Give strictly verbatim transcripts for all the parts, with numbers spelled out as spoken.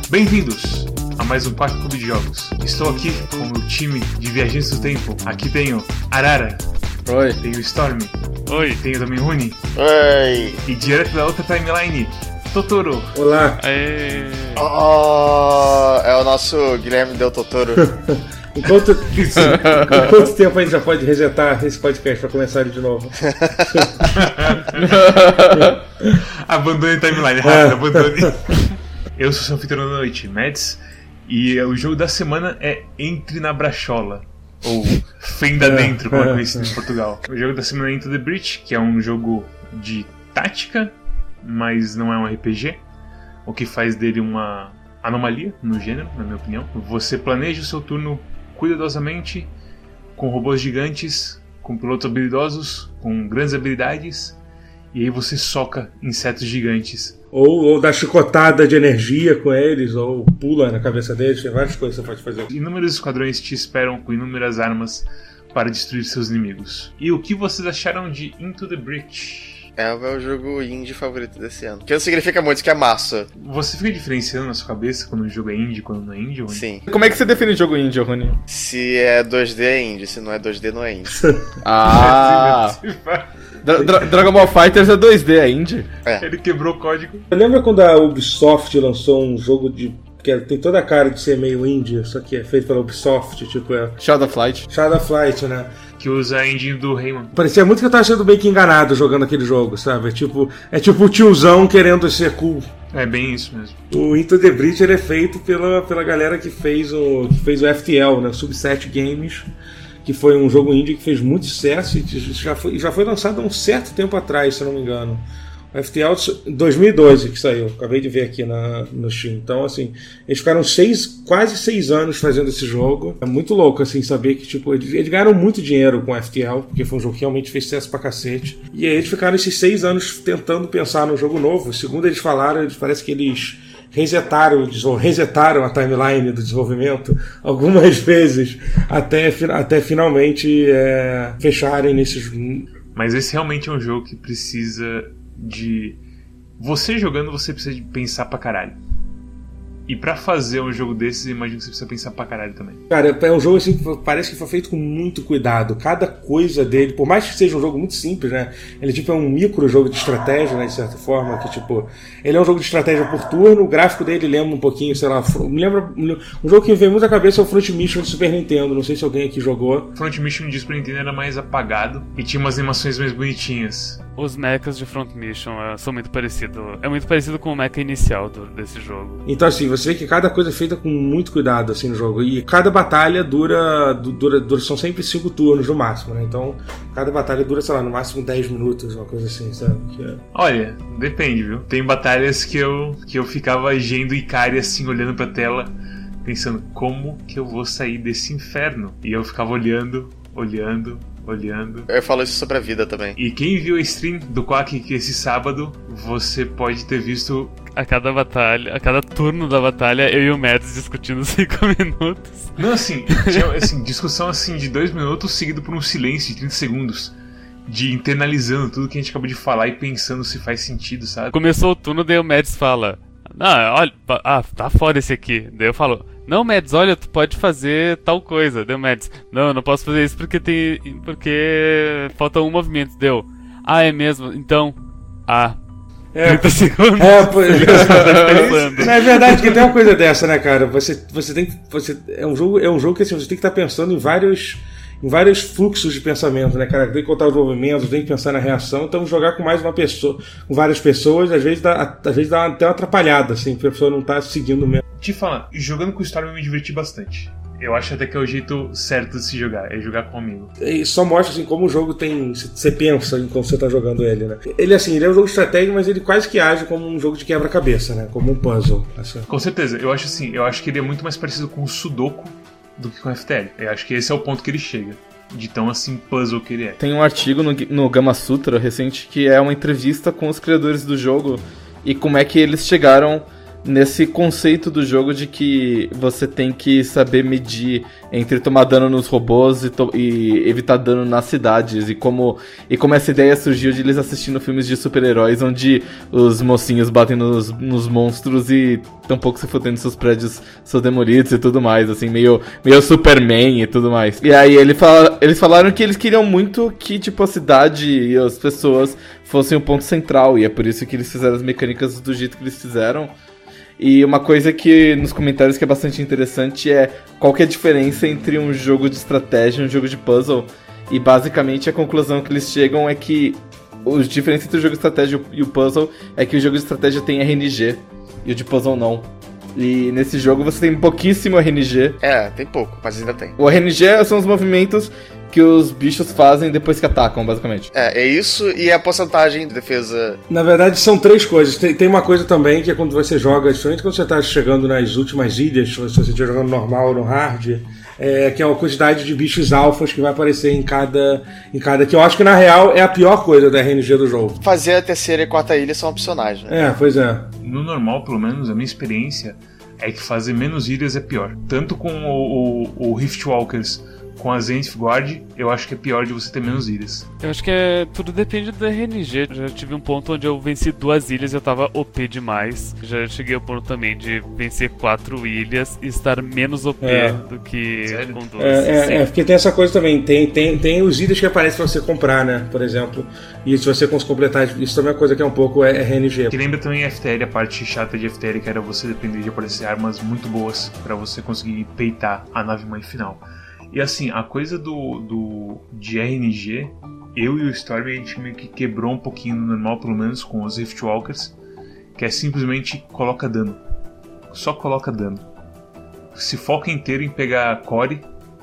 Bem-vindos a mais um Quarto Clube de Jogos. Estou aqui com o meu time de viajantes do tempo. Aqui tenho Arara. Oi. Tenho Storm. Oi. Tenho também Rune. Oi. E direto da outra timeline, Totoro. Olá. Aê. Oh, é o nosso Guilherme Del Totoro. Em quanto, em quanto tempo a gente já pode resetar esse podcast pra começar ele de novo? Abandone a timeline, rápido, abandone. Eu sou o seu anfitrião da noite, Mads, e o jogo da semana é Entre na Brachola, ou Fenda Dentro, como é conhecido em Portugal. O jogo da semana é Into the Breach, que é um jogo de tática, mas não é um R P G, o que faz dele uma anomalia no gênero, na minha opinião. Você planeja o seu turno cuidadosamente, com robôs gigantes, com pilotos habilidosos, com grandes habilidades, e aí você soca insetos gigantes. Ou, ou dá chicotada de energia com eles, ou pula na cabeça deles, tem várias coisas que você pode fazer. Inúmeros esquadrões te esperam com inúmeras armas para destruir seus inimigos. E o que vocês acharam de Into the Breach? É o meu jogo indie favorito desse ano. Que não significa muito, que é massa. Você fica diferenciando na sua cabeça quando o jogo é indie e quando não é indie? Rony? Sim. Como é que você define jogo indie, Rony? Se é dois D é indie, se não é dois D não é indie. Ah! Dra- Dra- Dragon Ball FighterZ é dois D, é indie? É. Ele quebrou o código. Lembra quando a Ubisoft lançou um jogo de... que tem toda a cara de ser meio indie, só que é feito pela Ubisoft, tipo é... Shadow Flight. Shadow Flight, né? Que usa a engine do Rayman. Parecia muito que eu tava sendo meio que enganado jogando aquele jogo, sabe? É tipo, é tipo o tiozão querendo ser cool. É bem isso mesmo. O Into the Breach ele é feito pela, pela galera que fez o, que fez o F T L, né? Subset Games, que foi um jogo indie que fez muito sucesso e já foi, já foi lançado há um certo tempo atrás, se não me engano. O F T L dois mil e doze que saiu, acabei de ver aqui na, no Steam. Então, assim, eles ficaram seis, quase seis anos fazendo esse jogo. É muito louco, assim, saber que, tipo, eles, eles ganharam muito dinheiro com o F T L, porque foi um jogo que realmente fez sucesso pra cacete. E aí eles ficaram esses seis anos tentando pensar num jogo novo. Segundo eles falaram, eles, parece que eles resetaram, resetaram a timeline do desenvolvimento algumas vezes até, até finalmente é, fecharem nesses... Mas esse realmente é um jogo que precisa de... Você jogando, você precisa de pensar pra caralho. E pra fazer um jogo desses, eu imagino que você precisa pensar pra caralho também. Cara, é um jogo assim que parece que foi feito com muito cuidado. Cada coisa dele, por mais que seja um jogo muito simples, né? Ele tipo é um micro jogo de estratégia, né? De certa forma, que tipo... Ele é um jogo de estratégia por turno, o gráfico dele lembra um pouquinho, sei lá... Me lembra... Um jogo que me veio muito à cabeça é o Front Mission de Super Nintendo. Não sei se alguém aqui jogou. Front Mission de Super Nintendo era mais apagado e tinha umas animações mais bonitinhas. Os mechas de Front Mission uh, são muito parecidos. É muito parecido com o mecha inicial do, desse jogo. Então assim, você vê que cada coisa é feita com muito cuidado assim no jogo. E cada batalha dura, dura, dura são sempre cinco turnos no máximo, né? Então cada batalha dura, sei lá, no máximo dez minutos, uma coisa assim, sabe? Que é... Olha, depende, viu? Tem batalhas que eu, que eu ficava agendo Ikari assim, olhando pra tela, pensando, como que eu vou sair desse inferno? E eu ficava olhando, olhando... olhando. Eu falo isso sobre a vida também. E quem viu a stream do Quack esse sábado, você pode ter visto... A cada batalha, a cada turno da batalha, eu e o Mads discutindo cinco minutos. Não, assim, tinha assim, discussão assim de dois minutos seguido por um silêncio de trinta segundos. De internalizando tudo que a gente acabou de falar e pensando se faz sentido, sabe? Começou o turno, daí o Mads fala... Ah, olha, ah, tá foda esse aqui. Daí eu falo... Não, Mads, olha, tu pode fazer tal coisa. Deu, Mads. Não, eu não posso fazer isso porque tem. Porque falta um movimento. Deu. Ah, é mesmo? Então. Ah. É, trinta segundos. É, pois é. Não, é verdade que tem uma coisa dessa, né, cara? Você, você tem que. Você, é, um jogo, é um jogo que assim, você tem que estar pensando em vários. Em vários fluxos de pensamento, né, cara? Tem que contar os movimentos, tem que pensar na reação. Então, jogar com mais uma pessoa, com várias pessoas, às vezes dá, às vezes dá até uma atrapalhada, assim, porque a pessoa não tá seguindo mesmo. Te falar, jogando com o Storm eu me diverti bastante. Eu acho até que é o jeito certo de se jogar, é jogar com um amigo. E só mostra, assim, como o jogo tem... Você pensa enquanto você tá jogando ele, né? Ele, assim, ele é um jogo de estratégia, mas ele quase que age como um jogo de quebra-cabeça, né? Como um puzzle. Assim. Com certeza, eu acho assim, eu acho que ele é muito mais parecido com o Sudoku do que com o F T L. Eu acho que esse é o ponto que ele chega. De tão assim puzzle que ele é. Tem um artigo no, no Gama Sutra recente que é uma entrevista com os criadores do jogo e como é que eles chegaram nesse conceito do jogo de que você tem que saber medir entre tomar dano nos robôs e, to- e evitar dano nas cidades, e como, e como essa ideia surgiu de eles assistindo filmes de super-heróis onde os mocinhos batem nos, nos monstros e tampouco se fudendo seus prédios são demolidos e tudo mais, assim, meio, meio Superman e tudo mais. E aí ele fala, eles falaram que eles queriam muito que, tipo, a cidade e as pessoas fossem o ponto central, e é por isso que eles fizeram as mecânicas do jeito que eles fizeram. E uma coisa que nos comentários que é bastante interessante é qual que é a diferença entre um jogo de estratégia e um jogo de puzzle. E basicamente a conclusão que eles chegam é que a diferença entre o jogo de estratégia e o puzzle é que o jogo de estratégia tem R N G e o de puzzle não. E nesse jogo você tem pouquíssimo R N G. É, tem pouco, mas ainda tem. O R N G são os movimentos que os bichos fazem depois que atacam, basicamente. É, é isso e a porcentagem de defesa. Na verdade, são três coisas. Tem, tem uma coisa também que é quando você joga, principalmente quando você está chegando nas últimas ilhas, se você estiver jogando normal ou no hard, é, que é a quantidade de bichos alfas que vai aparecer em cada, em cada. Que eu acho que na real é a pior coisa da R N G do jogo. Fazer a terceira e quarta ilha são opcionais, né? É, pois é. No normal, pelo menos, a minha experiência é que fazer menos ilhas é pior. Tanto com o, o, o Riftwalkers, com a Zenith Guard, eu acho que é pior de você ter menos ilhas. Eu acho que é, tudo depende do R N G. Já tive um ponto onde eu venci duas ilhas e eu tava O P demais. Já cheguei ao ponto também de vencer quatro ilhas e estar menos O P É. do que Sério? com duas. É, é, Sim. é, porque tem essa coisa também, tem, tem, tem os itens que aparecem pra você comprar, né, por exemplo, e se você conseguir completar, isso também é uma coisa que é um pouco R N G. Que lembra também F T L, a parte chata de F T L, que era você depender de aparecer armas muito boas pra você conseguir peitar a nave-mãe final. E assim, a coisa do, do de R N G, eu e o Storm, a gente meio que quebrou um pouquinho no normal, pelo menos com os Riftwalkers, que é simplesmente coloca dano. Só coloca dano. Se foca inteiro em pegar core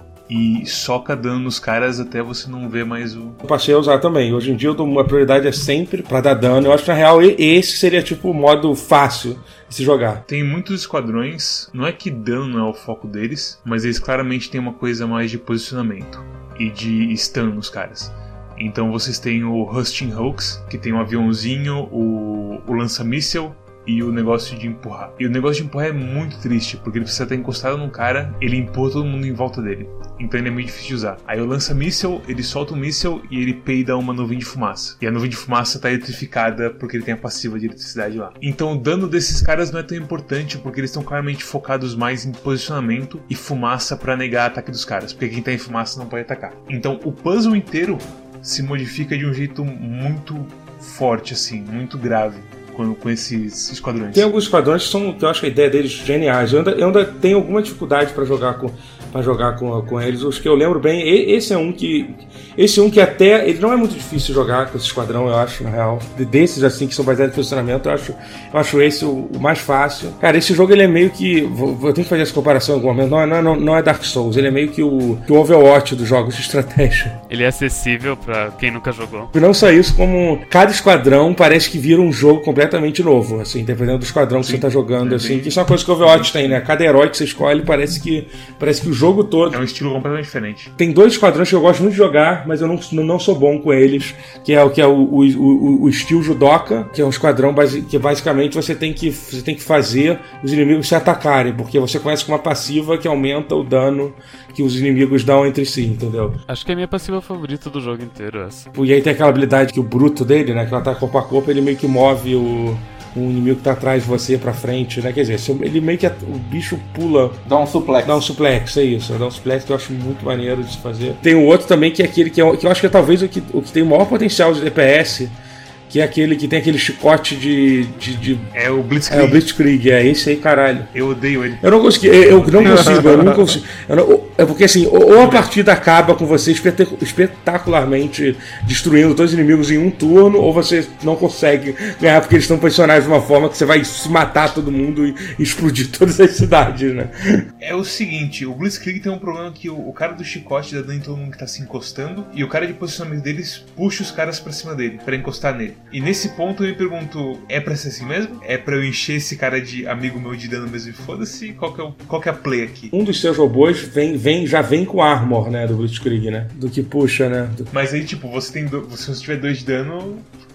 e soca dano nos caras até você não ver mais o... Eu passei a usar também. Hoje em dia eu dou uma prioridade é sempre pra dar dano. Eu acho que na real esse seria tipo o modo fácil de se jogar. Tem muitos esquadrões, não é que dano não é o foco deles, mas eles claramente têm uma coisa mais de posicionamento e de stun nos caras. Então vocês têm o Husting Hawks, que tem um aviãozinho, o, o lança-míssel e o negócio de empurrar. E o negócio de empurrar é muito triste, porque ele precisa estar encostado num cara, ele empurra todo mundo em volta dele. Então ele é meio difícil de usar. Aí o lança-míssel, ele solta um míssel e ele peida uma nuvem de fumaça. E a nuvem de fumaça tá eletrificada porque ele tem a passiva de eletricidade lá. Então o dano desses caras não é tão importante, porque eles estão claramente focados mais em posicionamento e fumaça pra negar ataque dos caras. Porque quem tá em fumaça não pode atacar. Então o puzzle inteiro se modifica de um jeito muito forte, assim, muito grave. Com, com esses esquadrões. Tem alguns esquadrões que, são, que eu acho que a ideia deles geniais. Eu ainda, eu ainda tenho alguma dificuldade para jogar com para jogar com, com eles. Os que eu lembro bem, esse é um que esse é um que até ele não é muito difícil jogar com esse esquadrão, eu acho, na real. Desses assim que são baseados em posicionamento, eu acho, eu acho esse o, o mais fácil. Cara, esse jogo ele é meio que, vou, vou ter que fazer essa comparação em algum momento. Não, não, não, não é Dark Souls, ele é meio que o, que o Overwatch dos jogos de estratégia. Ele é acessível pra quem nunca jogou. E não só isso, como cada esquadrão parece que vira um jogo completamente novo, assim, dependendo do esquadrão que Sim, você tá jogando, é assim, bem... que isso é uma coisa que o Overwatch tem, né? Cada herói que você escolhe parece que, parece que o jogo todo... É um estilo completamente diferente. Tem dois esquadrões que eu gosto muito de jogar, mas eu não, não sou bom com eles, que é o que é o, o, o, o estilo Judoka, que é um esquadrão base, que basicamente você tem que, você tem que fazer os inimigos se atacarem, porque você começa com uma passiva que aumenta o dano que os inimigos dão entre si, entendeu? Acho que é a minha passiva favorita do jogo inteiro, essa. E aí tem aquela habilidade que o bruto dele, né, que ela tá corpo a corpo, ele meio que move o... o inimigo que tá atrás de você pra frente, né? Quer dizer, ele meio que o bicho pula. Dá um suplex. Dá um suplex, é isso. Dá um suplex que eu acho muito maneiro de se fazer. Tem o outro também que é aquele que, é, que eu acho que é talvez o que, o que tem o maior potencial de D P S, que é aquele que tem aquele chicote de. de, de... É o Blitzkrieg. É o Blitzkrieg, é esse aí, caralho. Eu odeio ele. Eu não consegui, eu, eu não consigo, eu não consigo. Eu não, é porque assim, ou, ou a partida acaba com você espetacularmente destruindo todos os inimigos em um turno, ou você não consegue ganhar porque eles estão posicionados de uma forma que você vai se matar todo mundo e explodir todas as cidades, né? É o seguinte, o Blitzkrieg tem um problema que o, o cara do chicote dá dano em todo mundo que tá se encostando, e o cara de posicionamento deles puxa os caras pra cima dele, pra encostar nele. E nesse ponto eu me pergunto, é pra ser assim mesmo? É pra eu encher esse cara de amigo meu de dano mesmo e foda-se? Qual que é, o, qual que é a play aqui? Um dos seus robôs vem, vem, já vem com armor, né, do Blitzkrieg, né? Do que puxa, né? Do... Mas aí, tipo, você tem do... se você tiver dois de dano,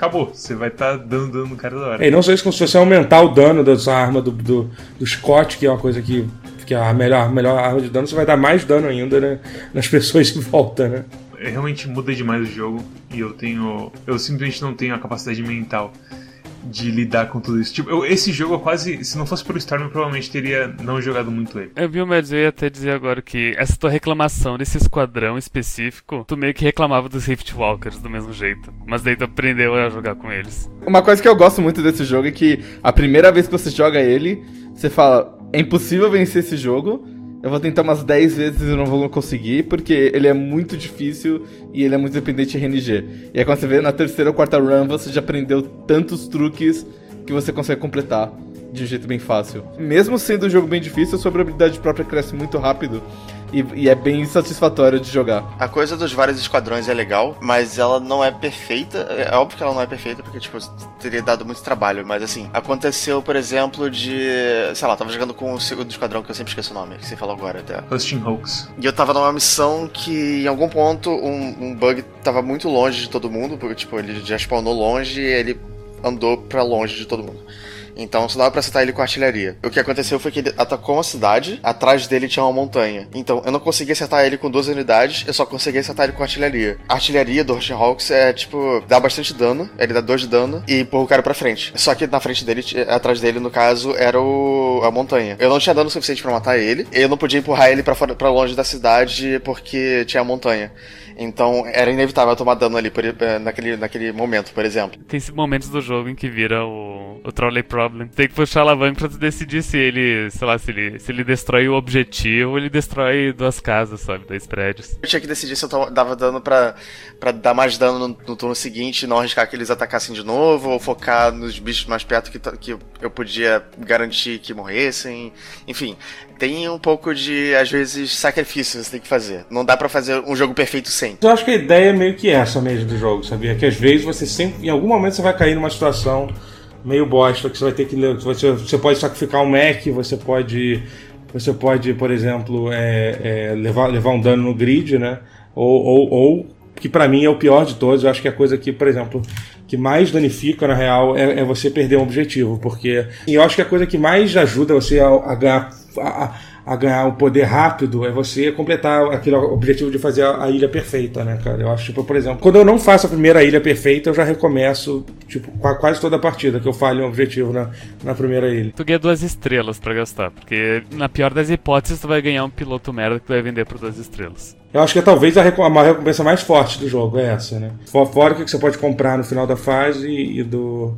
acabou. Você vai estar tá dando dano no cara da hora. É, e não só isso, como se você aumentar o dano da sua arma do, do, do Scott, que é uma coisa que, que é a melhor, a melhor arma de dano, você vai dar mais dano ainda, né, nas pessoas em volta, né? Realmente muda demais o jogo e eu tenho. Eu simplesmente não tenho a capacidade mental de lidar com tudo isso. Tipo, eu, esse jogo eu quase. Se não fosse pelo Storm, eu provavelmente teria não jogado muito ele. Eu vi o Mads, eu ia até dizer agora que essa tua reclamação desse esquadrão específico, tu meio que reclamava dos Rift Walkers do mesmo jeito. Mas daí tu aprendeu a jogar com eles. Uma coisa que eu gosto muito desse jogo é que a primeira vez que você joga ele, você fala, é impossível vencer esse jogo. Eu vou tentar umas dez vezes e eu não vou conseguir, porque ele é muito difícil e ele é muito dependente de R N G. E aí quando você vê na terceira ou quarta run, você já aprendeu tantos truques que você consegue completar de um jeito bem fácil. Mesmo sendo um jogo bem difícil, a sua habilidade própria cresce muito rápido. E, e é bem satisfatório de jogar. A coisa dos vários esquadrões é legal, mas ela não é perfeita. É óbvio que ela não é perfeita, porque, tipo, teria dado muito trabalho. Mas, assim, aconteceu, por exemplo, de... Sei lá, tava jogando com o segundo esquadrão, que eu sempre esqueço o nome, que você falou agora até. Husting Hawks. E eu tava numa missão que, em algum ponto, um, um bug tava muito longe de todo mundo, porque, tipo, ele já spawnou longe e ele andou pra longe de todo mundo. Então só dava pra acertar ele com artilharia. O que aconteceu foi que ele atacou uma cidade, atrás dele tinha uma montanha. Então eu não conseguia acertar ele com duas unidades, eu só conseguia acertar ele com artilharia. A artilharia do Husting Hawks é tipo, dá bastante dano, ele dá dois de dano e empurra o cara pra frente. Só que na frente dele, atrás dele no caso, era o... a montanha. Eu não tinha dano suficiente pra matar ele, e eu não podia empurrar ele pra, fora, pra longe da cidade porque tinha a montanha. Então era inevitável eu tomar dano ali por, naquele, naquele momento, por exemplo. Tem momentos do jogo em que vira o, o Trolley Problem. Tem que puxar a alavanca pra tu decidir se ele, sei lá, se ele, se ele destrói o objetivo ou ele destrói duas casas, sabe, dois prédios. Eu tinha que decidir se eu dava dano pra, pra dar mais dano no, no turno seguinte e não arriscar que eles atacassem de novo, ou focar nos bichos mais perto que, que eu podia garantir que morressem. Enfim, tem um pouco de, às vezes, sacrifício que você tem que fazer. Não dá pra fazer um jogo perfeito sempre. Eu acho que a ideia é meio que essa mesmo do jogo, sabia? Que às vezes você sempre, em algum momento você vai cair numa situação meio bosta, que você vai ter que... Você, você pode sacrificar um mech, você pode... Você pode, por exemplo, é, é, levar, levar um dano no grid, né? Ou, ou, ou que pra mim é o pior de todos. Eu acho que a coisa que, por exemplo, que mais danifica, na real, é, é você perder um objetivo. Porque eu acho que a coisa que mais ajuda você a, a ganhar... A, a ganhar o poder rápido é você completar aquele objetivo de fazer a, a ilha perfeita, né, cara? Eu acho, tipo, por exemplo, quando eu não faço a primeira ilha perfeita, eu já recomeço, tipo, quase toda a partida, que eu falho um objetivo na, na primeira ilha. Tu ganha duas estrelas pra gastar, porque na pior das hipóteses tu vai ganhar um piloto merda que tu vai vender por duas estrelas. Eu acho que é talvez a, recom- a recompensa mais forte do jogo é essa, né? Fora o que você pode comprar no final da fase e, e do...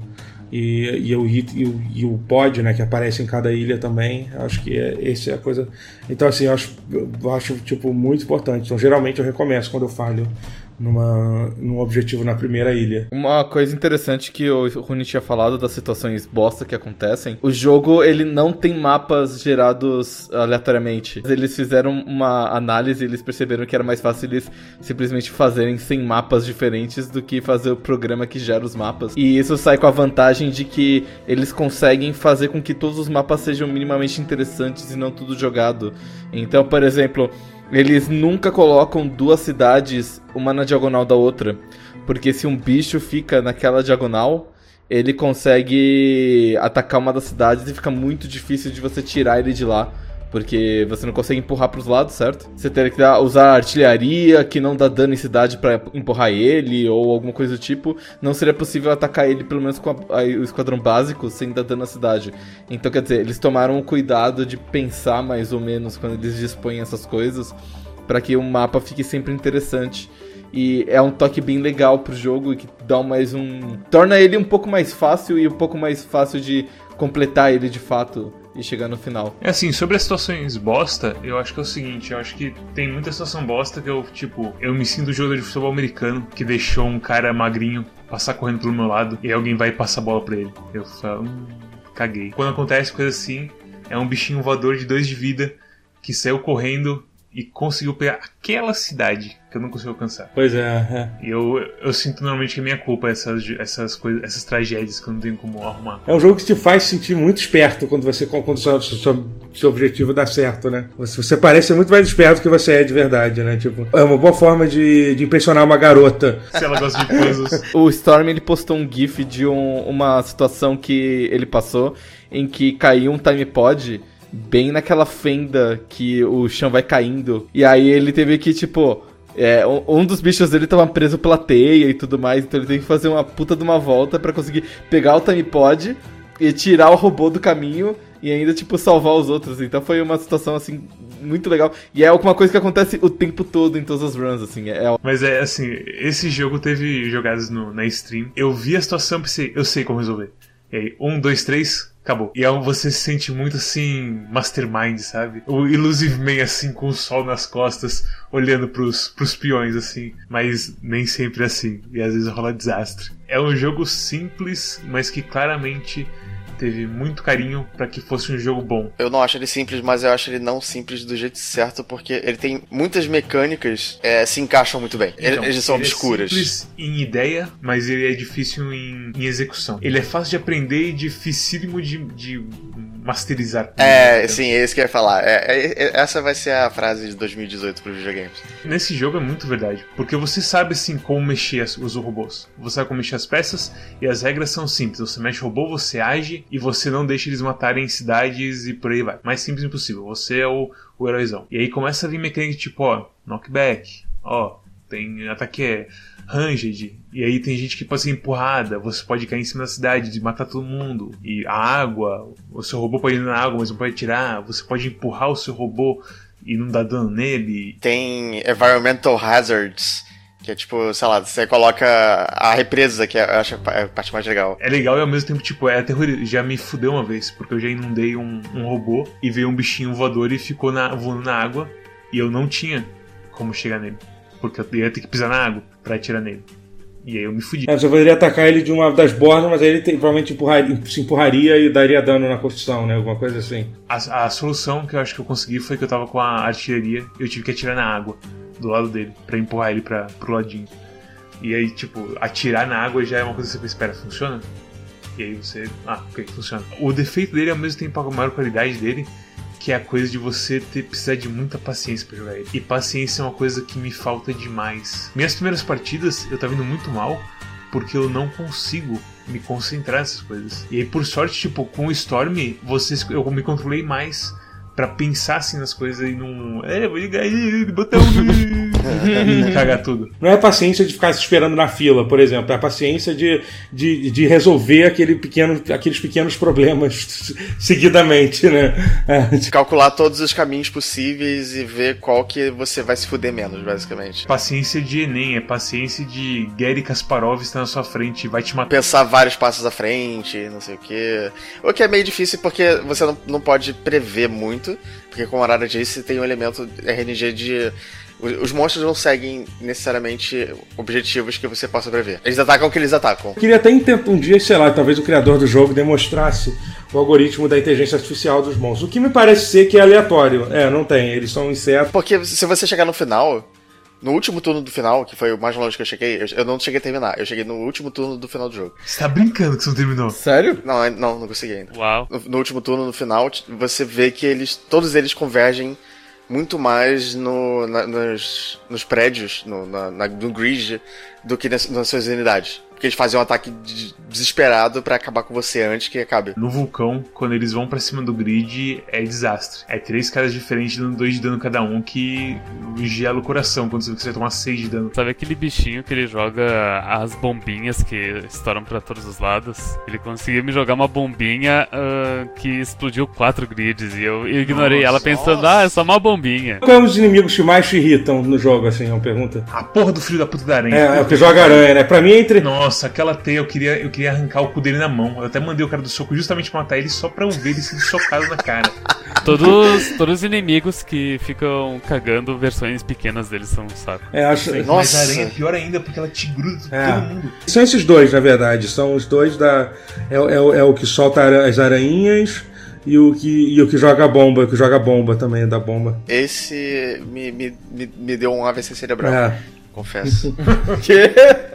E, e, o, e, o, e o pod, né, que aparece em cada ilha também. Acho que é, essa é a coisa. Então, assim, eu acho, eu acho tipo, muito importante. Então, geralmente eu recomeço quando eu falho numa, num objetivo na primeira ilha. Uma coisa interessante que o Rune tinha falado das situações bosta que acontecem, o jogo ele não tem mapas gerados aleatoriamente. Eles fizeram uma análise e eles perceberam que era mais fácil eles simplesmente fazerem cem mapas diferentes do que fazer o programa que gera os mapas. E isso sai com a vantagem de que eles conseguem fazer com que todos os mapas sejam minimamente interessantes e não tudo jogado. Então, por exemplo, eles nunca colocam duas cidades uma na diagonal da outra, porque se um bicho fica naquela diagonal, ele consegue atacar uma das cidades e fica muito difícil de você tirar ele de lá, porque você não consegue empurrar pros lados, certo? Você teria que usar artilharia que não dá dano em cidade pra empurrar ele, ou alguma coisa do tipo. Não seria possível atacar ele, pelo menos com a, a, o esquadrão básico, sem dar dano na cidade. Então, quer dizer, eles tomaram o cuidado de pensar mais ou menos quando eles dispõem essas coisas, para que o mapa fique sempre interessante. E é um toque bem legal pro jogo, que dá mais um... torna ele um pouco mais fácil e um pouco mais fácil de completar ele de fato e chegar no final. É assim, sobre as situações bosta, eu acho que é o seguinte, eu acho que tem muita situação bosta que eu, tipo, eu me sinto jogador de futebol americano que deixou um cara magrinho passar correndo pelo meu lado e alguém vai passar a bola pra ele. Eu falo, hum, caguei. Quando acontece coisa assim, é um bichinho voador de dois de vida que saiu correndo e conseguiu pegar aquela cidade que eu não consigo alcançar. Pois é, é. E eu, eu sinto normalmente que é minha culpa essas, essas coisas, essas tragédias que eu não tenho como arrumar. É um jogo que te faz sentir muito esperto quando você quando o seu, seu, seu objetivo dá certo, né? Você, você parece muito mais esperto do que você é de verdade, né? Tipo, é uma boa forma de, de impressionar uma garota. Se ela gosta de puzzles. O Storm, ele postou um gif de um, uma situação que ele passou em que caiu um time pod bem naquela fenda que o chão vai caindo. E aí ele teve que, tipo... É, um dos bichos dele tava preso pela teia e tudo mais, então ele teve que fazer uma puta de uma volta pra conseguir pegar o time pod e tirar o robô do caminho e ainda, tipo, salvar os outros. Então foi uma situação, assim, muito legal. E é alguma coisa que acontece o tempo todo em todas as runs, assim. É... Mas é, assim, esse jogo teve jogadas no, na stream. Eu vi a situação e pensei, eu sei como resolver. E aí, um, dois, três... acabou. E aí você se sente muito, assim, mastermind, sabe? O Illusive Man, assim, com o sol nas costas, olhando pros, pros peões, assim. Mas nem sempre assim. E às vezes rola desastre. É um jogo simples, mas que claramente teve muito carinho pra que fosse um jogo bom. Eu não acho ele simples, mas eu acho ele não simples do jeito certo, porque ele tem muitas mecânicas é, se encaixam muito bem. Então, eles são ele obscuras. É simples em ideia, mas ele é difícil em, em execução. Ele é fácil de aprender e dificílimo de, de masterizar. É, sim, é isso que eu ia falar. É, é, é, essa vai ser a frase de dois mil e dezoito para os videogames. Nesse jogo é muito verdade, porque você sabe assim como mexer as, os robôs. Você sabe como mexer as peças e as regras são simples. Você mexe o robô, você age e você não deixa eles matarem cidades e por aí vai. Mais simples impossível. Você é o, o heróizão. E aí começa a vir mecânica tipo, ó, knockback, ó, tem ataque é ranged, e aí tem gente que pode ser empurrada, você pode cair em cima da cidade e matar todo mundo. E a água, o seu robô pode ir na água, mas não pode atirar. Você pode empurrar o seu robô e não dar dano nele. Tem environmental hazards, que é tipo, sei lá, você coloca a represa, que eu acho a parte mais legal. É legal e ao mesmo tempo, tipo, é terrorismo. Já me fudeu uma vez, porque eu já inundei um, um robô e veio um bichinho voador e ficou na, voando na água e eu não tinha como chegar nele, porque eu ia ter que pisar na água pra atirar nele. E aí eu me fudi. É, você poderia atacar ele de uma das bordas, mas aí ele tem, provavelmente empurraria, se empurraria e daria dano na construção, né? Alguma coisa assim. A, a solução que eu acho que eu consegui foi que eu tava com a artilharia e eu tive que atirar na água do lado dele, pra empurrar ele pra, pro ladinho. E aí, tipo, atirar na água já é uma coisa que você espera, funciona? E aí você... Ah, ok, funciona. O defeito dele, ao mesmo tempo, a maior qualidade dele, que é a coisa de você ter, precisar de muita paciência pra jogar ele. E paciência é uma coisa que me falta demais. Minhas primeiras partidas, eu tava indo muito mal, porque eu não consigo me concentrar nessas coisas. E aí, por sorte, tipo, com o Storm, vocês, eu me controlei mais pra pensar assim nas coisas e não... É, vou ligar aí, botão... e cagar tudo. Não é a paciência de ficar esperando na fila, por exemplo. É a paciência de, de, de resolver aquele pequeno, aqueles pequenos problemas seguidamente, né? É. Calcular todos os caminhos possíveis e ver qual que você vai se fuder menos, basicamente. Paciência de Enem, é paciência de Gary Kasparov está na sua frente e vai te matar. Pensar vários passos à frente, não sei o que. O que é meio difícil porque você não, não pode prever muito, porque como a Arara disse, tem um elemento R N G de... Os monstros não seguem necessariamente objetivos que você possa prever. Eles atacam o que eles atacam. Eu queria até um dia, sei lá, talvez o criador do jogo demonstrasse o algoritmo da inteligência artificial dos monstros. O que me parece ser que é aleatório. É, não tem. Eles são insetos. Porque se você chegar no final... No último turno do final, que foi o mais longe que eu cheguei, eu, eu não cheguei a terminar. Eu cheguei no último turno do final do jogo. Você tá brincando que você não terminou? Sério? Não, não, não consegui ainda. Uau. No, no último turno, no final, você vê que eles, todos eles convergem muito mais no, na, nos, nos prédios, no, na, na, no grid, do que nas, nas suas unidades. Porque eles fazem um ataque de, desesperado pra acabar com você antes que acabe. No vulcão, quando eles vão pra cima do grid, é desastre. É três caras diferentes dando dois de dano cada um, que gela o coração quando você vai tomar seis de dano. Sabe aquele bichinho que ele joga as bombinhas que estouram pra todos os lados? Ele conseguiu me jogar uma bombinha uh, que explodiu quatro grids e eu ignorei nossa, ela pensando, nossa. ah, é só uma bombinha. Qual é os inimigos que mais te irritam no jogo, assim, é uma pergunta? A porra do filho da puta da aranha. É, é o que joga aranha, né? Pra mim, entre... Nossa. Nossa, aquela teia, eu queria, eu queria arrancar o cu dele na mão. Eu até mandei o cara do soco justamente pra matar ele só pra eu ver ele sendo socado na cara. Todos, todos os inimigos que ficam cagando versões pequenas deles são um saco. É, acho... Mas Nossa. a aranha é pior ainda porque ela te gruda é. todo mundo. São esses dois, na verdade. São os dois da... É, é, é o que solta as aranhas e o que, e o que joga bomba, o que joga bomba também, da bomba. Esse me, me, me, me deu um A V C cerebral, É. confesso. Que?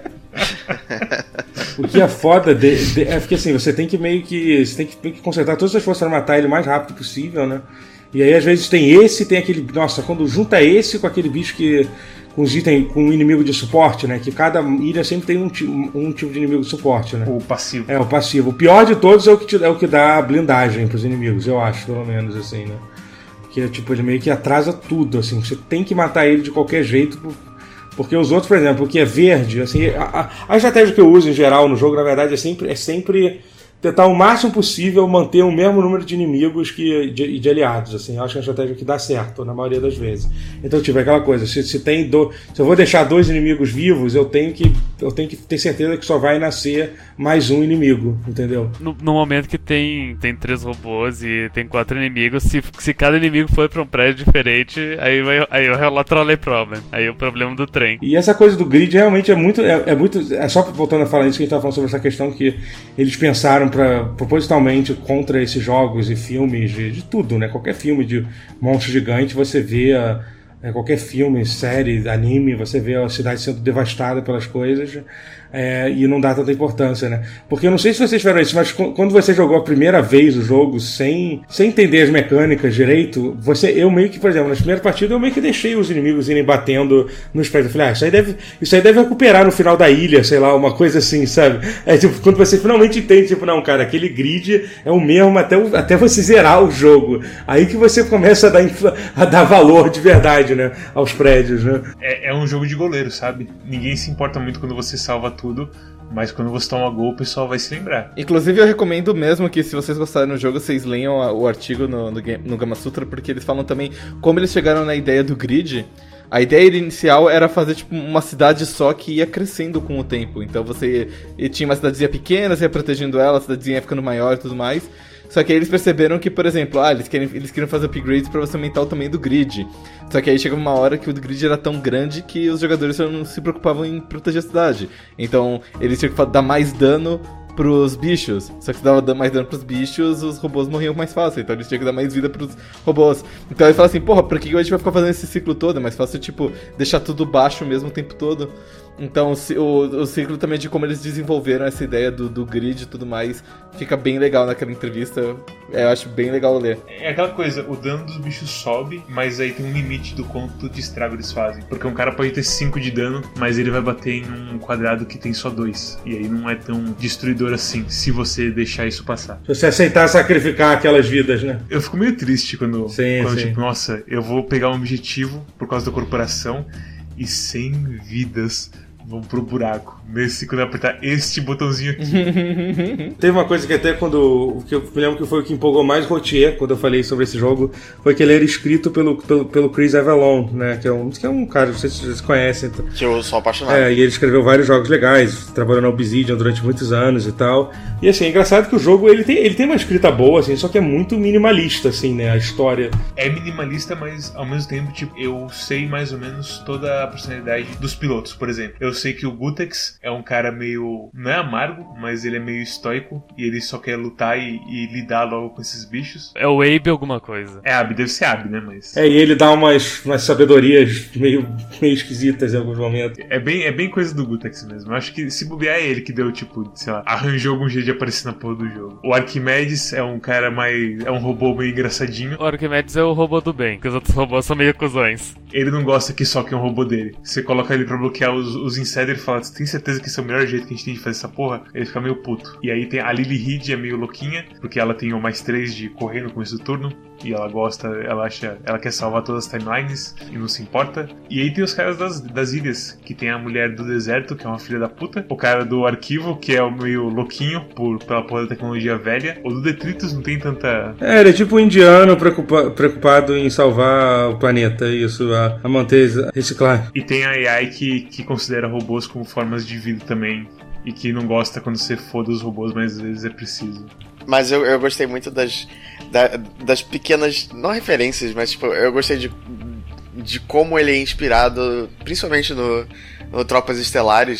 O que é foda de, de, é porque assim, você tem que meio que. Você tem que, meio que concentrar todas as forças para matar ele o mais rápido possível, né? E aí às vezes tem esse, tem aquele. Nossa, quando junta esse com aquele bicho que. Com os itens, com um inimigo de suporte, né? Que cada ilha sempre tem um, um tipo de inimigo de suporte, né? O passivo. É, o passivo. O pior de todos é o que, te, é o que dá blindagem pros inimigos, eu acho, pelo menos, assim, né? Que tipo, ele meio que atrasa tudo, assim. Você tem que matar ele de qualquer jeito. Porque os outros, por exemplo, o que é verde, assim, a, a, a estratégia que eu uso em geral no jogo, na verdade, é sempre, é sempre tentar o máximo possível manter o mesmo número de inimigos que de, de aliados, assim. Eu acho que é uma estratégia que dá certo, na maioria das vezes. Então, tipo, é aquela coisa, se, se tem do, se eu vou deixar dois inimigos vivos, eu tenho que eu tenho que ter certeza que só vai nascer mais um inimigo, entendeu? No, no momento que tem, tem três robôs e tem quatro inimigos, se, se cada inimigo for pra um prédio diferente, aí vai aí rola trolley problem. Aí é o problema do trem. E essa coisa do grid realmente é muito. É, é muito. É só voltando a falar isso que a gente estava falando sobre essa questão que eles pensaram pra, propositalmente contra esses jogos e filmes de, de tudo, né? Qualquer filme de monstro gigante, você vê a, é, qualquer filme, série, anime, você vê a cidade sendo devastada pelas coisas. É, e não dá tanta importância, né? Porque eu não sei se vocês tiveram isso, mas quando você jogou a primeira vez o jogo sem, sem entender as mecânicas direito, você, eu meio que, por exemplo, nas primeiras partidas eu meio que deixei os inimigos irem batendo nos pés. Eu falei, ah, isso aí deve, isso aí deve recuperar no final da ilha, sei lá, uma coisa assim, sabe? É tipo, quando você finalmente entende, tipo, não, cara, aquele grid é o mesmo até, o, até você zerar o jogo. Aí que você começa a dar, a dar valor de verdade, né? Aos prédios, né? É, é um jogo de goleiro, sabe? Ninguém se importa muito quando você salva tudo, mas quando você toma gol, o pessoal vai se lembrar. Inclusive, eu recomendo mesmo que, se vocês gostarem do jogo, vocês leiam o artigo no, no, no Gamasutra, porque eles falam também como eles chegaram na ideia do grid. A ideia inicial era fazer tipo uma cidade só que ia crescendo com o tempo. Então você tinha uma cidadezinha pequena, você ia protegendo ela, a cidadezinha ia ficando maior e tudo mais. Só que aí eles perceberam que, por exemplo, ah, eles, querem, eles queriam fazer upgrades pra você aumentar o tamanho do grid. Só que aí chegava uma hora que o grid era tão grande que os jogadores não se preocupavam em proteger a cidade. Então eles tinham que dar mais dano pros bichos. Só que se dava mais dano pros bichos, os robôs morriam mais fácil. Então eles tinham que dar mais vida pros robôs. Então eles falaram assim, porra, por que a gente vai ficar fazendo esse ciclo todo? É mais fácil, tipo, deixar tudo baixo mesmo o tempo todo. Então o, o ciclo também de como eles desenvolveram essa ideia do, do grid e tudo mais fica bem legal naquela entrevista. É, eu acho bem legal ler. É aquela coisa, o dano dos bichos sobe, mas aí tem um limite do quanto de estrago eles fazem. Porque um cara pode ter cinco de dano, mas ele vai bater em um quadrado que tem só dois. E aí não é tão destruidor assim, se você deixar isso passar. Se você aceitar sacrificar aquelas vidas, né? Eu fico meio triste quando, sim, quando sim. tipo, nossa, eu vou pegar um objetivo por causa da corporação e cem vidas vão pro buraco. Nesse, quando eu apertar este botãozinho aqui. Teve uma coisa que até quando... que eu me lembro que foi o que empolgou mais Rotier quando eu falei sobre esse jogo, foi que ele era escrito pelo, pelo, pelo Chris Avellone, né? Que é, um, que é um cara, não sei se vocês conhecem. Então. Que eu sou apaixonado. É, e ele escreveu vários jogos legais, trabalhou na Obsidian durante muitos anos e tal. E assim, é engraçado que o jogo, ele tem, ele tem uma escrita boa, assim, só que é muito minimalista, assim, né? A história. É minimalista, mas ao mesmo tempo, tipo, eu sei mais ou menos toda a personalidade dos pilotos, por exemplo. Eu sei que o Gutex é um cara meio... não é amargo, mas ele é meio estoico e ele só quer lutar e, e lidar logo com esses bichos. É o Abe alguma coisa. É Ab, deve ser Ab, né? Mas... É, e ele dá umas, umas sabedorias meio, meio esquisitas em alguns momentos. É bem, é bem coisa do Gutex mesmo. Eu acho que se bobear é ele que deu, tipo, sei lá, arranjou algum jeito de aparecer na porra do jogo. O Arquimedes é um cara mais... é um robô meio engraçadinho. O Arquimedes é o robô do bem, que os outros robôs são meio cuzões. Ele não gosta que soque um robô dele. Você coloca ele pra bloquear os, os insiders e fala, você tem certeza que esse é o melhor jeito que a gente tem de fazer essa porra? Ele fica meio puto. E aí tem a Lily Reed, é meio louquinha, porque ela tem o mais três de correr no começo do turno. E ela gosta, ela acha, ela quer salvar todas as timelines e não se importa. E aí tem os caras das, das ilhas, que tem a mulher do deserto, que é uma filha da puta. O cara do arquivo, que é o meio louquinho por, pela porra da tecnologia velha. O do Detritus não tem tanta... É, ele é tipo um indiano preocupa, preocupado em salvar o planeta, isso, a, a manter reciclar. E tem a A I que, que considera robôs como formas de vida também. E que não gosta quando você foda os robôs, mas às vezes é preciso. Mas eu, eu gostei muito das, da, das pequenas, não referências, mas tipo, eu gostei de, de como ele é inspirado, principalmente no, no Tropas Estelares.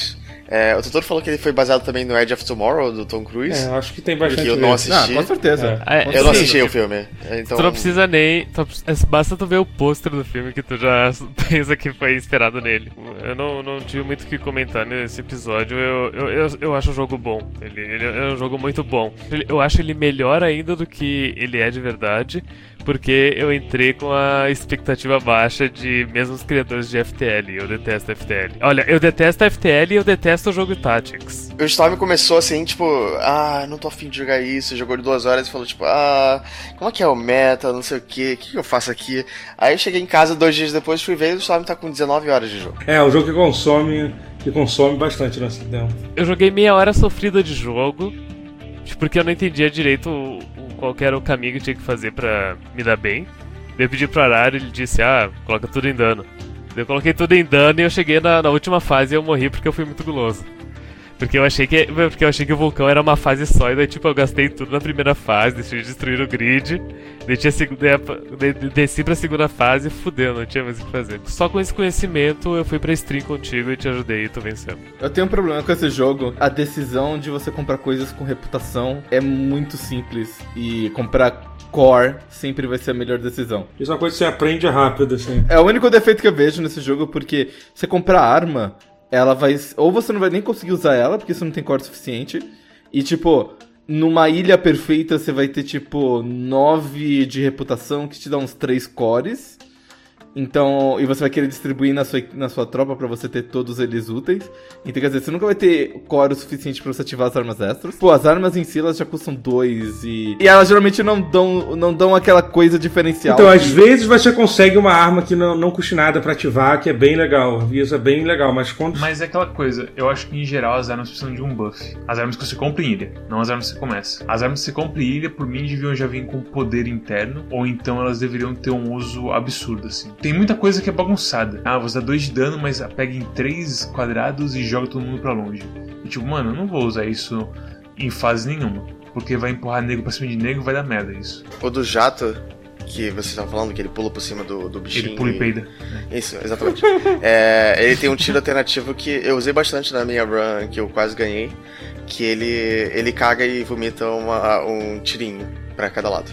É, o Totoro falou que ele foi baseado também no Edge of Tomorrow, do Tom Cruise. É, acho que tem bastante. Que eu não vezes. assisti. Ah, com certeza. É. Com Eu não certeza. assisti o filme. Então... Tu não precisa nem. tu não- Basta tu ver o pôster do filme que tu já pensa que foi inspirado nele. Eu não, não tive muito o que comentar nesse episódio. Eu, eu, eu, eu acho o jogo bom. Ele, ele é um jogo muito bom. Ele- Eu acho ele melhor ainda do que ele é de verdade. Porque eu entrei com a expectativa baixa de mesmo os criadores de F T L. Eu detesto F T L. Olha, eu detesto F T L e eu detesto o jogo Tactics. O Storm começou assim, tipo, ah, não tô afim de jogar isso. Jogou de duas horas e falou, tipo, ah, como é que é o meta, não sei o que, o que que eu faço aqui? Aí eu cheguei em casa dois dias depois, fui ver e o Storm tá com dezenove horas de jogo. É, um jogo que consome, que consome bastante nesse tempo. Eu joguei meia hora sofrida de jogo, porque eu não entendia direito o, o- qual que era o caminho que eu tinha que fazer pra me dar bem. Daí eu pedi pro Arara e ele disse, ah, coloca tudo em dano. Daí eu coloquei tudo em dano e eu cheguei na, na última fase e eu morri porque eu fui muito guloso. Porque eu achei que porque eu achei que o vulcão era uma fase só, e daí tipo, eu gastei tudo na primeira fase, decidi destruir o grid, daí tinha seg- daí, daí desci pra segunda fase e fudeu, não tinha mais o que fazer. Só com esse conhecimento eu fui pra stream contigo e te ajudei e tu venceu. Eu tenho um problema com esse jogo. A decisão de você comprar coisas com reputação é muito simples. E comprar core sempre vai ser a melhor decisão. Isso é uma coisa que você aprende rápido, assim. É o único defeito que eu vejo nesse jogo, porque você comprar arma, ela vai... Ou você não vai nem conseguir usar ela, porque você não tem core suficiente. E, tipo, numa ilha perfeita, você vai ter, tipo, nove de reputação, que te dá uns três cores. Então, e você vai querer distribuir na sua, na sua tropa pra você ter todos eles úteis. Então, quer dizer, você nunca vai ter core o suficiente pra você ativar as armas extras. Pô, as armas em si, elas já custam dois e... E elas geralmente não dão, não dão aquela coisa diferencial. Então, que- às vezes você consegue uma arma que não, não custe nada pra ativar, que é bem legal. Isso é bem legal, mas quando... Mas é aquela coisa, eu acho que em geral as armas precisam de um buff. As armas que você compra em ilha, não as armas que você começa. As armas que você compra em ilha, por mim, deviam já vir com poder interno, ou então elas deveriam ter um uso absurdo, assim. Tem muita coisa que é bagunçada. Ah, você dá dois de dano, mas pega em três quadrados e joga todo mundo pra longe. E tipo, mano, eu não vou usar isso em fase nenhuma, porque vai empurrar nego pra cima de nego e vai dar merda isso. O do jato, que vocês estavam falando, que ele pula por cima do, do bichinho. Ele pula e peida. Isso, exatamente. É, ele tem um tiro alternativo que eu usei bastante na minha run, que eu quase ganhei, que ele, ele caga e vomita uma, um tirinho pra cada lado.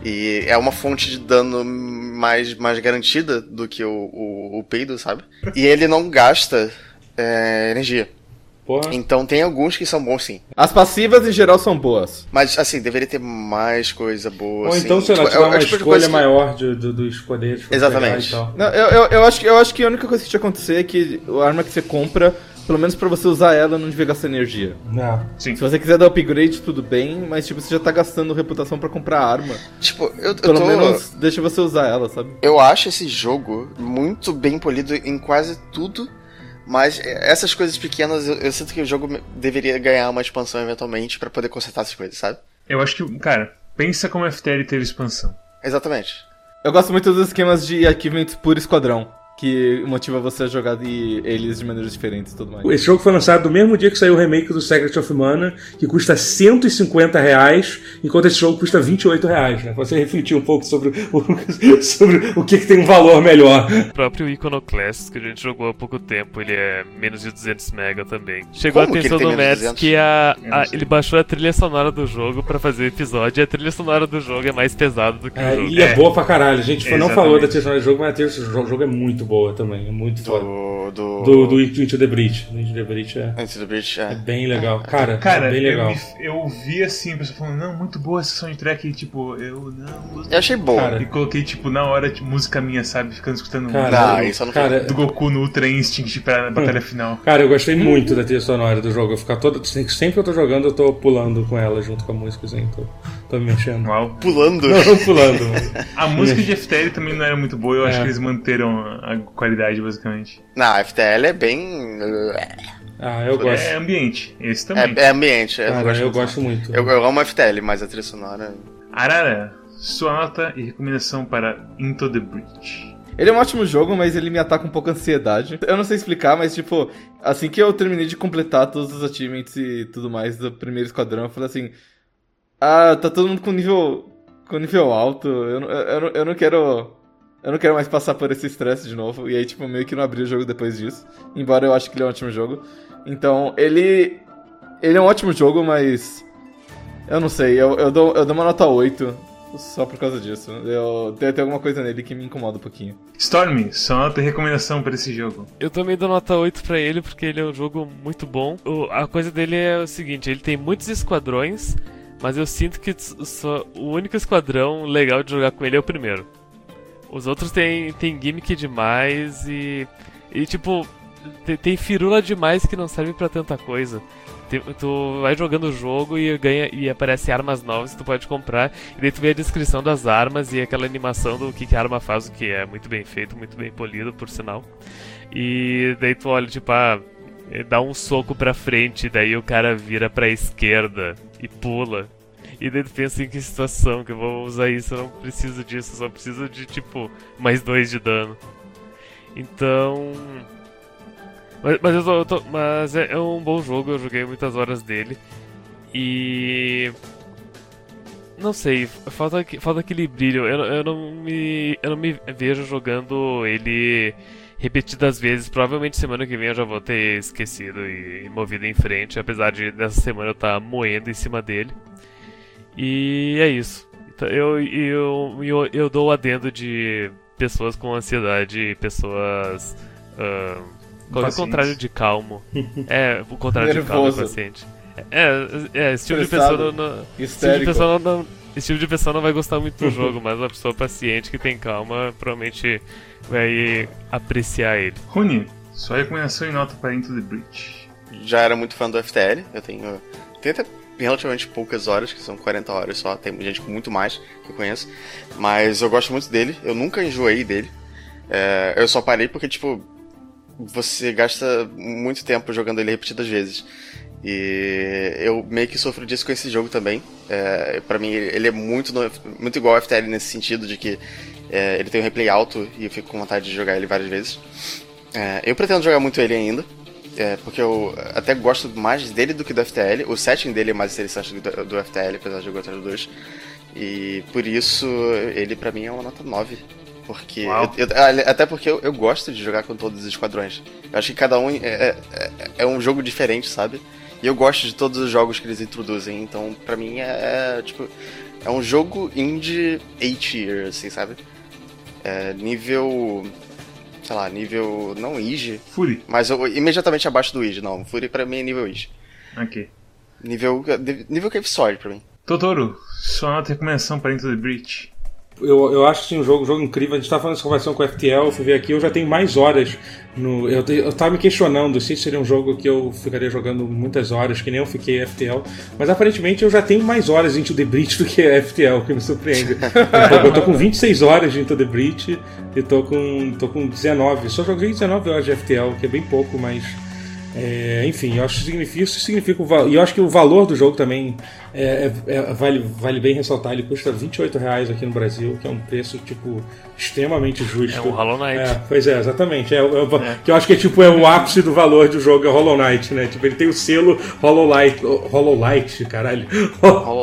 E é uma fonte de dano mais, mais garantida do que o, o, o peido, sabe? E ele não gasta é, energia. Porra. Então tem alguns que são bons sim. As passivas, em geral, são boas. Mas assim, deveria ter mais coisa boa. Ou assim. então, sei lá, Tipo, tiver é o uma tipo de escolha coisa que- maior de, do- dos poderes. pra Exatamente. pegar e tal. Não, eu, eu, eu, acho que, eu acho que a única coisa que tinha que acontecer é que a arma que você compra, pelo menos pra você usar ela, não devia gastar energia. Não. Sim. Se você quiser dar upgrade, tudo bem, mas tipo, você já tá gastando reputação pra comprar arma. Tipo, eu, eu Pelo tô... menos deixa você usar ela, sabe? Eu acho esse jogo muito bem polido em quase tudo, mas essas coisas pequenas eu, eu sinto que o jogo deveria ganhar uma expansão eventualmente pra poder consertar essas coisas, sabe? Eu acho que, cara, pensa como F T L teve expansão. Exatamente. Eu gosto muito dos esquemas de achievements por esquadrão, que motiva você a jogar de eles de maneiras diferentes e tudo mais. Esse jogo foi lançado no mesmo dia que saiu o remake do Secret of Mana, que custa cento e cinquenta reais, enquanto esse jogo custa vinte e oito reais, né? Pra você refletir um pouco sobre o, sobre o que, que tem um valor melhor. O próprio Iconoclasts, que a gente jogou há pouco tempo, ele é menos de duzentos mega também. Chegou Como a que atenção ele tem do menos de Mads duzentos? que a, Eu não a- sei. ele baixou a trilha sonora do jogo pra fazer o episódio, e a trilha sonora do jogo é mais pesada do que É, o jogo. e é, É. boa pra caralho. A gente não Exatamente. falou da trilha sonora do jogo, mas a trilha sonora do jogo é muito boa também. É muito foda. Do. Do. Do, do Into the Breach. Do Into the Breach é, Into the Breach, é é. bem legal. Cara, Cara, é bem eu, legal. vi- eu vi assim, a pessoa falando, não, muito boa essa soundtrack, e tipo, eu não gostei. Eu achei boa. Cara, E coloquei, tipo, na hora, tipo, música minha, sabe? Ficando escutando Cara, Não, eu- isso eu não cara, do Goku no Ultra Instinct pra batalha final. Cara, eu gostei muito da trilha sonora do jogo. Eu ficar todo, sempre que eu tô jogando, eu tô pulando com ela junto com a música, assim. Tô, tô me mexendo. Uau. Pulando. Não, pulando. A música de F T L também não era muito boa, eu acho É. que eles manteram a qualidade, basicamente. Não, F T L é bem. Ah, eu gosto. É ambiente, esse também. É, é ambiente. Eu Cara, gosto eu muito. gosto muito. Eu, eu amo F T L, mas a trilha sonora. Arara, sua nota e recomendação para Into the Breach. Ele é um ótimo jogo, mas ele me ataca um pouco a ansiedade. Eu não sei explicar, mas tipo, assim que eu terminei de completar todos os achievements e tudo mais do primeiro esquadrão, eu falei assim, ah, tá todo mundo com nível, com nível alto, eu, não- eu, eu, não- eu não quero... Eu não quero mais passar por esse estresse de novo. E aí, tipo, meio que não abri o jogo depois disso. Embora eu ache que ele é um ótimo jogo. Então, ele... Ele é um ótimo jogo, mas... Eu não sei, eu, eu, dou, eu dou uma nota oito. Só por causa disso. Eu, tem, tem alguma coisa nele que me incomoda um pouquinho. Stormy, sua nota e recomendação pra esse jogo? Eu também dou nota oito pra ele, porque ele é um jogo muito bom. O, a coisa dele é o seguinte, ele tem muitos esquadrões, mas eu sinto que só, o único esquadrão legal de jogar com ele é o primeiro. Os outros tem, tem gimmick demais e... E tipo, tem, tem firula demais que não serve pra tanta coisa. Tu vai jogando o jogo e ganha e aparece armas novas que tu pode comprar. E daí tu vê a descrição das armas e aquela animação do que, que a arma faz, o que é muito bem feito, muito bem polido, por sinal. E daí tu olha, tipo, ah, dá um soco pra frente, daí o cara vira pra esquerda e pula. E daí tu pensa em que situação que eu vou usar isso, eu não preciso disso, eu só preciso de, tipo, mais dois de dano. Então... Mas, mas, eu tô, eu tô, mas é, é um bom jogo, eu joguei muitas horas dele. E... Não sei, falta, falta aquele brilho. Eu, eu, não me, eu não me vejo jogando ele repetidas vezes. Provavelmente semana que vem eu já vou ter esquecido e movido em frente. Apesar de dessa semana eu estar moendo em cima dele. E é isso. Eu, eu, eu, eu dou o adendo de pessoas com ansiedade, pessoas... Uh, qual é o contrário de calmo? É, o contrário de calmo é paciente. É, é, esse tipo de pessoa não, não, esse tipo de pessoa não, não, esse tipo de pessoa não vai gostar muito do jogo, mas uma pessoa paciente que tem calma provavelmente vai apreciar ele. Rune, sua recomendação e nota para Into the Breach. Já era muito fã do F T L, eu tenho, tenho até relativamente poucas horas, que são quarenta horas só, tem gente com muito mais que eu conheço, mas eu gosto muito dele, eu nunca enjoei dele, é, eu só parei porque, tipo, você gasta muito tempo jogando ele repetidas vezes. E eu meio que sofro disso com esse jogo também. É, pra mim, ele é muito, no, muito igual ao F T L nesse sentido de que é, ele tem um replay alto e eu fico com vontade de jogar ele várias vezes. É, eu pretendo jogar muito ele ainda, é, porque eu até gosto mais dele do que do F T L. O setting dele é mais interessante do, do F T L, apesar de eu gostar dos dois. E por isso, ele pra mim é uma nota nove. Porque eu, eu, até porque eu, eu gosto de jogar com todos os esquadrões. Eu acho que cada um é, é, é um jogo diferente, sabe? E eu gosto de todos os jogos que eles introduzem. Então, pra mim, é, é tipo... É um jogo indie A-tier, assim, sabe? É nível... Sei lá, nível... Não Easy. Fury. Mas eu, imediatamente abaixo do Easy. Não, Fury pra mim é nível Easy. Ok. Nível... Nível Cave Sword pra mim. Totoro, sua nota e recomendação para Into the Breach. Eu, eu acho que sim, um jogo, um jogo incrível. A gente tava falando dessa conversão com o F T L, eu fui ver aqui, eu já tenho mais horas no. Eu, eu tava me questionando se seria um jogo que eu ficaria jogando muitas horas, que nem eu fiquei F T L, mas aparentemente eu já tenho mais horas em Into the Breach do que F T L, que me surpreende. eu, eu tô com vinte e seis horas de Into the Breach e tô com, tô com dezenove. Só joguei dezenove horas de F T L, que é bem pouco, mas. É, enfim, eu acho que significa, isso significa o valor. E eu acho que o valor do jogo também é, é, é, vale, vale bem ressaltar. Ele custa vinte e oito reais aqui no Brasil, que é um preço tipo extremamente justo. É um Hollow Knight. É, pois é, exatamente. É, é, é. Que eu acho que é tipo é o ápice do valor do jogo, é Hollow Knight, né? Tipo, ele tem o selo Hollow Light, Hollow Light, caralho. Hollow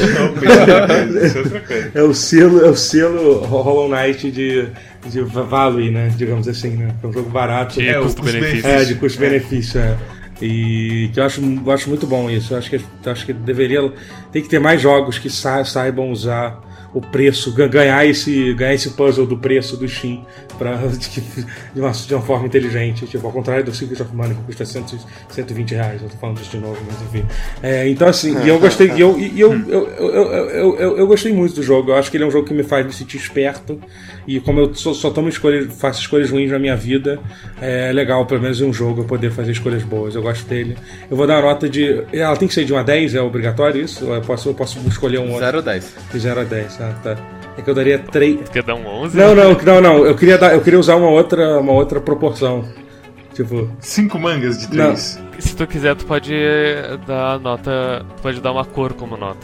é o selo, é o selo Hollow Knight de de value, né, digamos assim, né, é um jogo barato, de é, custo-benefício, é, de custo-benefício, é. E que eu acho, eu acho muito bom isso. Eu acho que, eu acho que deveria, tem que ter mais jogos que sa, saibam usar o preço, ganhar esse, ganhar esse puzzle do preço do Steam pra, de, uma, de uma forma inteligente, tipo, ao contrário do Secret of Mana, que custa cento, cento e vinte reais. Eu tô falando disso de novo, mas enfim. É, então assim, e eu gostei, e eu, e eu, eu, eu, eu, eu, eu gostei muito do jogo. Eu acho que ele é um jogo que me faz me sentir esperto, e como eu só, só tomo escolhas, faço escolhas ruins na minha vida, é legal, pelo menos em um jogo, eu poder fazer escolhas boas. Eu gosto dele. Eu vou dar uma nota de... Ela tem que ser de uma a dez? É obrigatório isso? Ou eu posso, eu posso escolher um outro? zero a dez. De zero a dez. Ah, tá. É que eu daria três. Tu quer dar um onze? Não, não, não, não. Eu queria, dar, eu queria usar uma outra, uma outra proporção. Tipo. Cinco mangas de três. Não. Se tu quiser, tu pode dar nota. Tu pode dar uma cor como nota.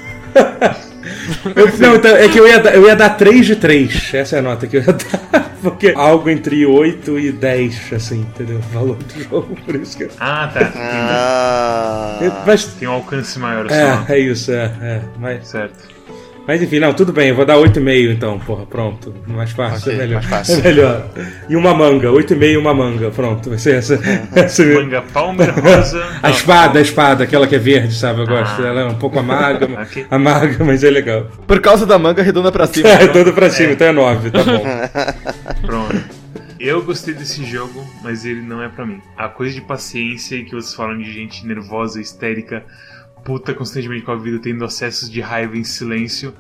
eu, não, então, é que eu ia, dar, eu ia dar três de três. Essa é a nota que eu ia dar. Porque algo entre oito e dez, assim, entendeu? O valor do jogo, por isso que. Ah, tá. Ah. Mas, tem um alcance maior é, só. É isso, é. é mas... Certo. Mas enfim, não, tudo bem, eu vou dar oito e meio então, porra, pronto. Mais fácil, Ok, é melhor. mais fácil. É melhor. E uma manga, oito e meio e uma manga, pronto. Vai ser essa. essa... Manga Palmer Rosa. A espada, a espada, aquela que é verde, sabe? Eu gosto. Ah. Ela é um pouco amarga, Ok. amarga, mas é legal. Por causa da manga redonda pra cima. É, toda pra cima, então é nove, tá bom. Pronto. Eu gostei desse jogo, mas ele não é pra mim. A coisa de paciência e que vocês falam de gente nervosa, histérica, puta constantemente com a vida, tendo acessos de raiva em silêncio,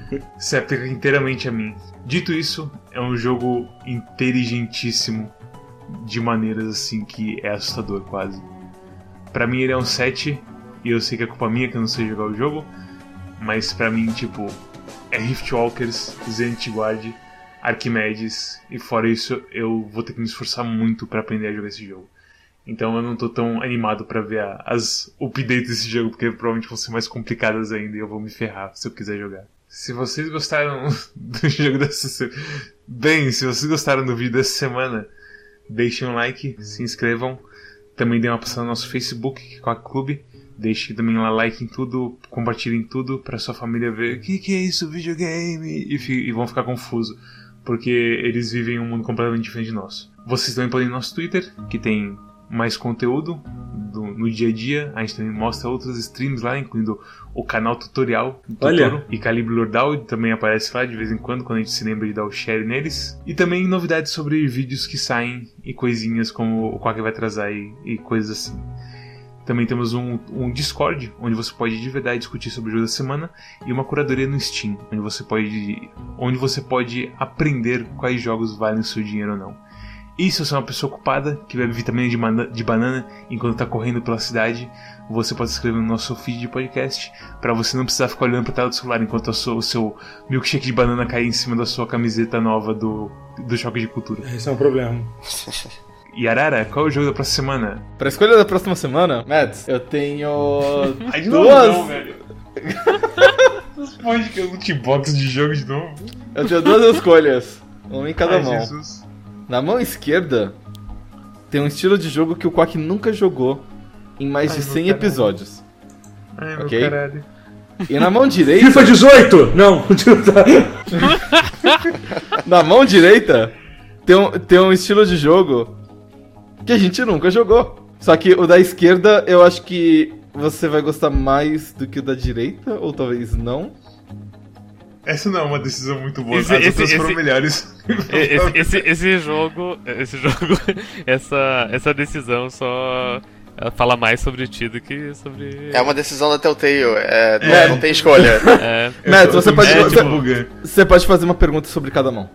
se aplica inteiramente a mim. Dito isso, é um jogo inteligentíssimo, de maneiras assim que é assustador quase. Pra mim ele é um sete, e eu sei que é culpa minha que eu não sei jogar o jogo, mas pra mim, tipo, é Riftwalkers, Zenith Guard, Arquimedes, e fora isso eu vou ter que me esforçar muito pra aprender a jogar esse jogo. Então eu não tô tão animado pra ver a, as updates desse jogo, porque provavelmente vão ser mais complicadas ainda e eu vou me ferrar se eu quiser jogar. Se vocês gostaram do jogo dessa semana... Bem, se vocês gostaram do vídeo dessa semana, deixem um like, se inscrevam. Também dêem uma passada no nosso Facebook, que é o Quack Clube. Deixem também lá like em tudo, compartilhem tudo pra sua família ver o que, que é isso, videogame, e, fi, e vão ficar confusos, porque eles vivem um mundo completamente diferente de nosso. Vocês também podem ir no nosso Twitter, que tem mais conteúdo do, no dia a dia. A gente também mostra outras streams lá, incluindo o canal tutorial do Olha. Totoro e Calibre Lordal também aparece lá de vez em quando, quando a gente se lembra de dar o share neles. E também novidades sobre vídeos que saem e coisinhas como o Quack vai atrasar e, e coisas assim. Também temos um, um Discord, onde você pode de verdade discutir sobre o jogo da semana, e uma curadoria no Steam, onde você pode, onde você pode aprender quais jogos valem o seu dinheiro ou não. E se você é uma pessoa ocupada, que bebe vitamina de, mana, de banana enquanto está correndo pela cidade, você pode se inscrever no nosso feed de podcast, para você não precisar ficar olhando para a tela do celular enquanto o seu, o seu milkshake de banana cair em cima da sua camiseta nova do, do Choque de Cultura. Esse é um problema. E Arara, qual é o jogo da próxima semana? Pra escolha da próxima semana, Mads, eu tenho Ai, de novo duas... não, velho. Responde que é loot box de jogo de novo. Eu tenho duas escolhas, uma em cada Ai, mão. Jesus. Na mão esquerda, tem um estilo de jogo que o Quack nunca jogou em mais Ai, de meu cem caralho. episódios. Ai, meu Ok. caralho. E na mão direita... FIFA dezoito! Não! Na mão direita, tem um, tem um estilo de jogo que a gente nunca jogou. Só que o da esquerda, eu acho que você vai gostar mais do que o da direita, ou talvez não. Essa não é uma decisão muito boa. Esse- As esse- outras foram esse- melhores. Esse, esse, esse jogo, esse jogo, essa, essa decisão só ela fala mais sobre ti do que sobre. É uma decisão da Telltale, é, não, É. não tem escolha. É, Eu Mads, tô- eu você tô pode- me você- sentindo bugando. Você pode fazer uma pergunta sobre cada mão.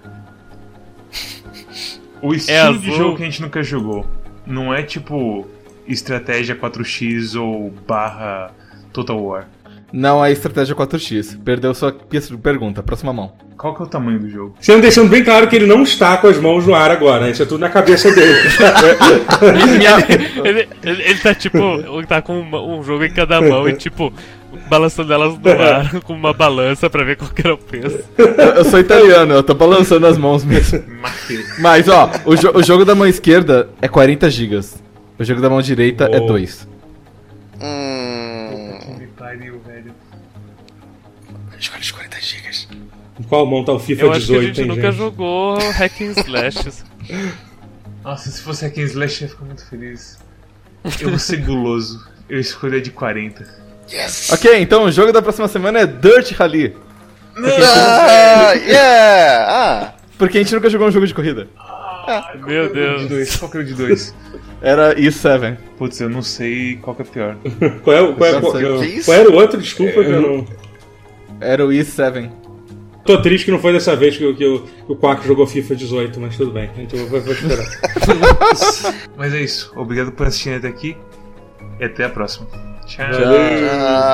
O estilo de azul. jogo que a gente nunca jogou não é tipo estratégia quatro x ou barra Total War. Não é estratégia quatro x. Perdeu sua pergunta. Próxima mão. Qual que é o tamanho do jogo? Sendo deixando bem claro que ele não está com as mãos no ar agora, né? Isso é tudo na cabeça dele. ele, ele, ele tá tipo, tá com uma- um jogo em cada mão e tipo, balançando elas no ar com uma balança pra ver qual que era o peso. Eu, eu sou italiano, eu tô balançando as mãos mesmo. Marquei. Mas, ó, o, jo- o jogo da mão esquerda é quarenta gigas. O jogo da mão direita é Oh. dois. Hum. Que me pariu, velho. Escolhe os quarenta gigas. Em qual mão tá o FIFA Eu acho que a dezoito, gente hein, nunca gente? jogou Hack and Slashes. Nossa, se fosse aqui em Slash eu ia ficar muito feliz. Eu vou ser guloso. Eu escolhi a de quarenta. Yes! Ok, então o jogo da próxima semana é Dirt Rally. Ah, yeah! Ah! Porque a gente nunca jogou um jogo de corrida. Meu De Deus. dois. Qual que é o de dois? Era E sete. Putz, eu não sei qual que é pior. Qual, é, o- qual, é, Eu qual, só sei. qual- Que isso? qual era o outro? Desculpa, que eu não... Era o E sete. Tô triste que não foi dessa vez que, o- que, o- que o Quack jogou FIFA dezoito, mas tudo bem. Então eu vou, vou esperar. Mas é isso. Obrigado por assistir até aqui. E até a próxima. Tchau.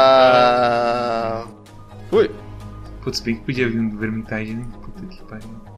Ah. Fui. Putz, bem que podia vir do Vermintide, né? Puta que pariu.